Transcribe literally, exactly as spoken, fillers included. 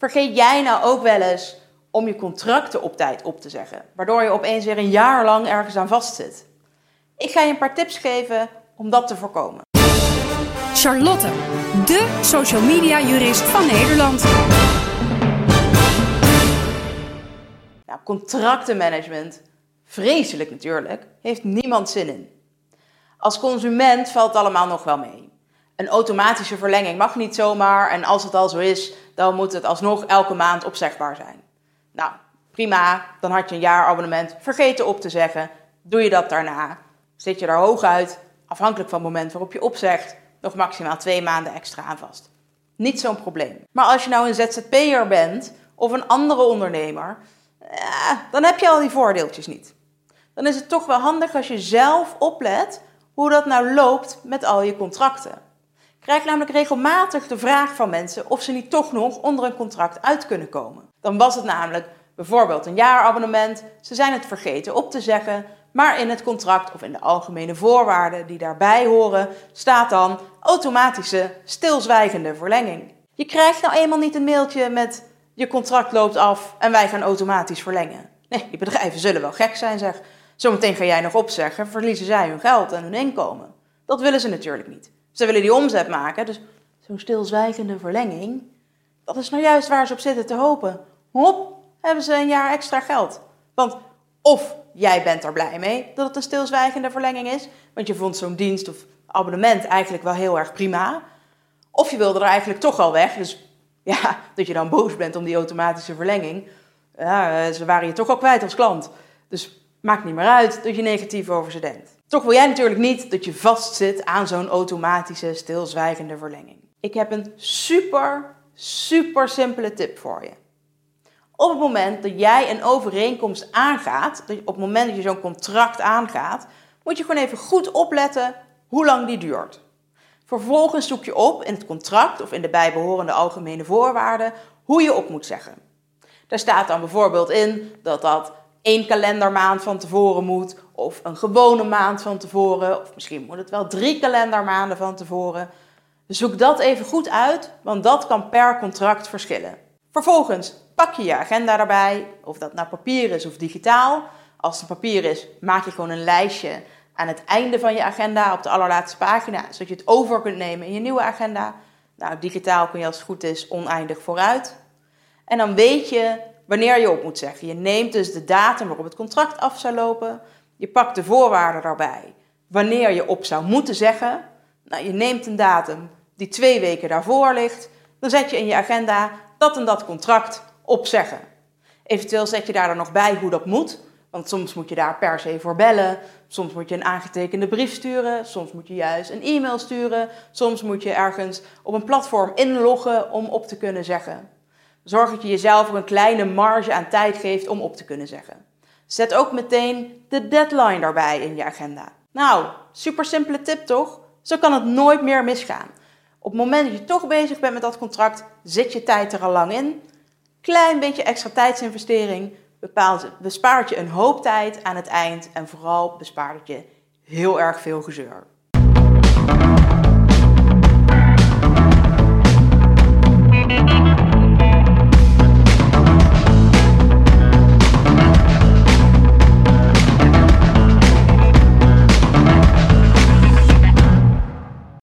Vergeet jij nou ook wel eens om je contracten op tijd op te zeggen, waardoor je opeens weer een jaar lang ergens aan vastzit? Ik ga je een paar tips geven om dat te voorkomen. Charlotte, de social media jurist van Nederland. Nou, contractenmanagement, vreselijk natuurlijk, heeft niemand zin in. Als consument valt het allemaal nog wel mee. Een automatische verlenging mag niet zomaar en als het al zo is, dan moet het alsnog elke maand opzegbaar zijn. Nou, prima, dan had je een jaarabonnement vergeten op te zeggen. Doe je dat daarna, zit je daar hooguit, afhankelijk van het moment waarop je opzegt, nog maximaal twee maanden extra aan vast. Niet zo'n probleem. Maar als je nou een Z Z P'er bent of een andere ondernemer, ja, dan heb je al die voordeeltjes niet. Dan is het toch wel handig als je zelf oplet hoe dat nou loopt met al je contracten. Ik krijg namelijk regelmatig de vraag van mensen of ze niet toch nog onder een contract uit kunnen komen. Dan was het namelijk bijvoorbeeld een jaarabonnement, ze zijn het vergeten op te zeggen, maar in het contract of in de algemene voorwaarden die daarbij horen, staat dan automatische stilzwijgende verlenging. Je krijgt nou eenmaal niet een mailtje met je contract loopt af en wij gaan automatisch verlengen. Nee, die bedrijven zullen wel gek zijn zeg. Zometeen ga jij nog opzeggen, verliezen zij hun geld en hun inkomen. Dat willen ze natuurlijk niet. Ze willen die omzet maken, dus zo'n stilzwijgende verlenging, dat is nou juist waar ze op zitten te hopen. Hop, hebben ze een jaar extra geld. Want of jij bent er blij mee dat het een stilzwijgende verlenging is, want je vond zo'n dienst of abonnement eigenlijk wel heel erg prima. Of je wilde er eigenlijk toch al weg, dus ja, dat je dan boos bent om die automatische verlenging. Ja, ze waren je toch al kwijt als klant. Dus maakt niet meer uit dat je negatief over ze denkt. Toch wil jij natuurlijk niet dat je vastzit aan zo'n automatische stilzwijgende verlenging. Ik heb een super, super simpele tip voor je. Op het moment dat jij een overeenkomst aangaat, op het moment dat je zo'n contract aangaat, moet je gewoon even goed opletten hoe lang die duurt. Vervolgens zoek je op in het contract of in de bijbehorende algemene voorwaarden hoe je op moet zeggen. Daar staat dan bijvoorbeeld in dat dat één kalendermaand van tevoren moet, of een gewone maand van tevoren, of misschien moet het wel drie kalendermaanden van tevoren. Zoek dat even goed uit, want dat kan per contract verschillen. Vervolgens pak je je agenda erbij, of dat nou papier is of digitaal. Als het papier is, maak je gewoon een lijstje aan het einde van je agenda op de allerlaatste pagina, zodat je het over kunt nemen in je nieuwe agenda. Nou, digitaal kun je als het goed is oneindig vooruit. En dan weet je wanneer je op moet zeggen. Je neemt dus de datum waarop het contract af zou lopen. Je pakt de voorwaarden daarbij. Wanneer je op zou moeten zeggen. Nou, je neemt een datum die twee weken daarvoor ligt. Dan zet je in je agenda dat en dat contract opzeggen. Eventueel zet je daar dan nog bij hoe dat moet. Want soms moet je daar per se voor bellen. Soms moet je een aangetekende brief sturen. Soms moet je juist een e-mail sturen. Soms moet je ergens op een platform inloggen om op te kunnen zeggen. Zorg dat je jezelf ook een kleine marge aan tijd geeft om op te kunnen zeggen. Zet ook meteen de deadline daarbij in je agenda. Nou, super simpele tip toch? Zo kan het nooit meer misgaan. Op het moment dat je toch bezig bent met dat contract, zit je tijd er al lang in. Klein beetje extra tijdsinvestering bespaart je een hoop tijd aan het eind en vooral bespaart het je heel erg veel gezeur.